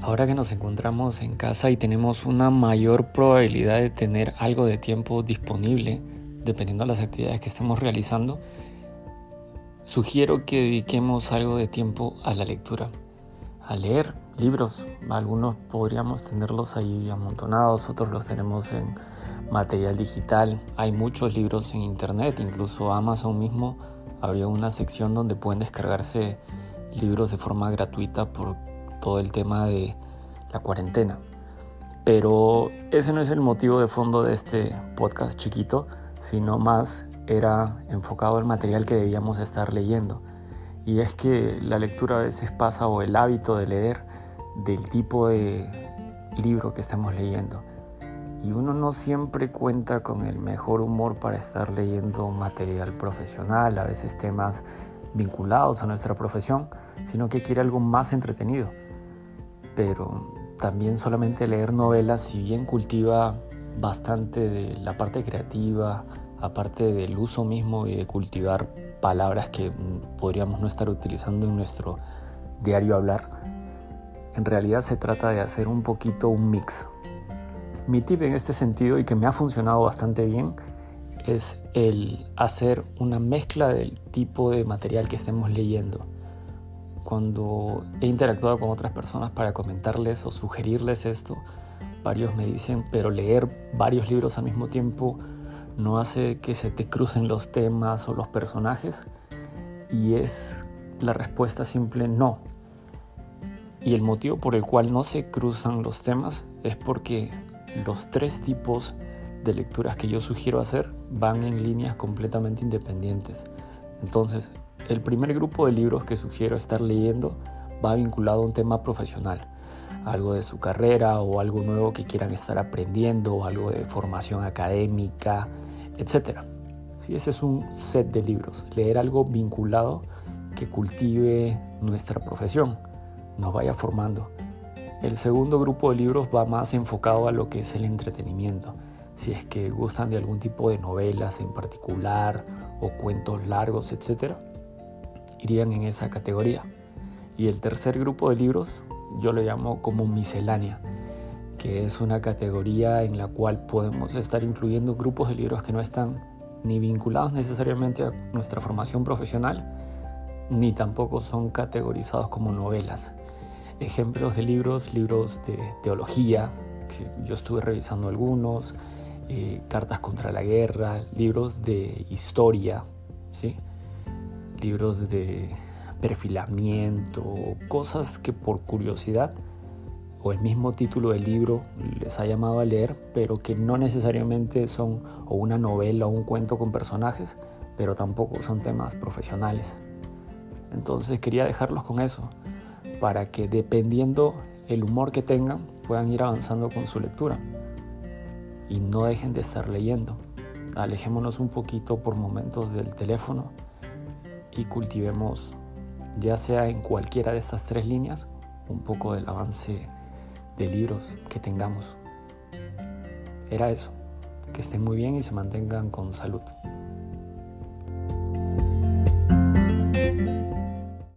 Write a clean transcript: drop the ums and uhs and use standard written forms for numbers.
Ahora que nos encontramos en casa y tenemos una mayor probabilidad de tener algo de tiempo disponible, dependiendo de las actividades que estemos realizando, sugiero que dediquemos algo de tiempo a la lectura, a leer libros. Algunos podríamos tenerlos ahí amontonados, otros los tenemos en material digital. Hay muchos libros en internet, incluso Amazon mismo abrió una sección donde pueden descargarse libros de forma gratuita por todo el tema de la cuarentena. Pero ese no es el motivo de fondo de este podcast chiquito, sino más era enfocado al material que debíamos estar leyendo. Y es que la lectura a veces pasa, o el hábito de leer, del tipo de libro que estamos leyendo. Y uno no siempre cuenta con el mejor humor para estar leyendo material profesional, a veces temas vinculados a nuestra profesión, sino que quiere algo más entretenido. Pero también solamente leer novelas, si bien cultiva bastante de la parte creativa, aparte del uso mismo y de cultivar palabras que podríamos no estar utilizando en nuestro diario hablar, en realidad se trata de hacer un poquito un mix. Mi tip en este sentido, y que me ha funcionado bastante bien, es el hacer una mezcla del tipo de material que estemos leyendo. Cuando he interactuado con otras personas para comentarles o sugerirles esto, varios me dicen, pero leer varios libros al mismo tiempo no hace que se te crucen los temas o los personajes, y es la respuesta simple no. Y el motivo por el cual no se cruzan los temas es porque los tres tipos de lecturas que yo sugiero hacer van en líneas completamente independientes. Entonces, el primer grupo de libros que sugiero estar leyendo va vinculado a un tema profesional, algo de su carrera o algo nuevo que quieran estar aprendiendo, o algo de formación académica, etc. Sí, ese es un set de libros. Leer algo vinculado que cultive nuestra profesión, nos vaya formando. El segundo grupo de libros va más enfocado a lo que es el entretenimiento. Si es que gustan de algún tipo de novelas en particular o cuentos largos, etc., irían en esa categoría. Y el tercer grupo de libros yo lo llamo como miscelánea, que es una categoría en la cual podemos estar incluyendo grupos de libros que no están ni vinculados necesariamente a nuestra formación profesional, ni tampoco son categorizados como novelas. Ejemplos de libros de teología, que yo estuve revisando algunos, cartas contra la guerra, libros de historia, ¿sí? Libros de perfilamiento, cosas que por curiosidad o el mismo título del libro les ha llamado a leer, pero que no necesariamente son o una novela o un cuento con personajes, pero tampoco son temas profesionales. Entonces quería dejarlos con eso, para que dependiendo el humor que tengan puedan ir avanzando con su lectura y no dejen de estar leyendo. Alejémonos un poquito por momentos del teléfono y cultivemos, ya sea en cualquiera de estas tres líneas, un poco del avance de libros que tengamos. Era eso. Que estén muy bien y se mantengan con salud.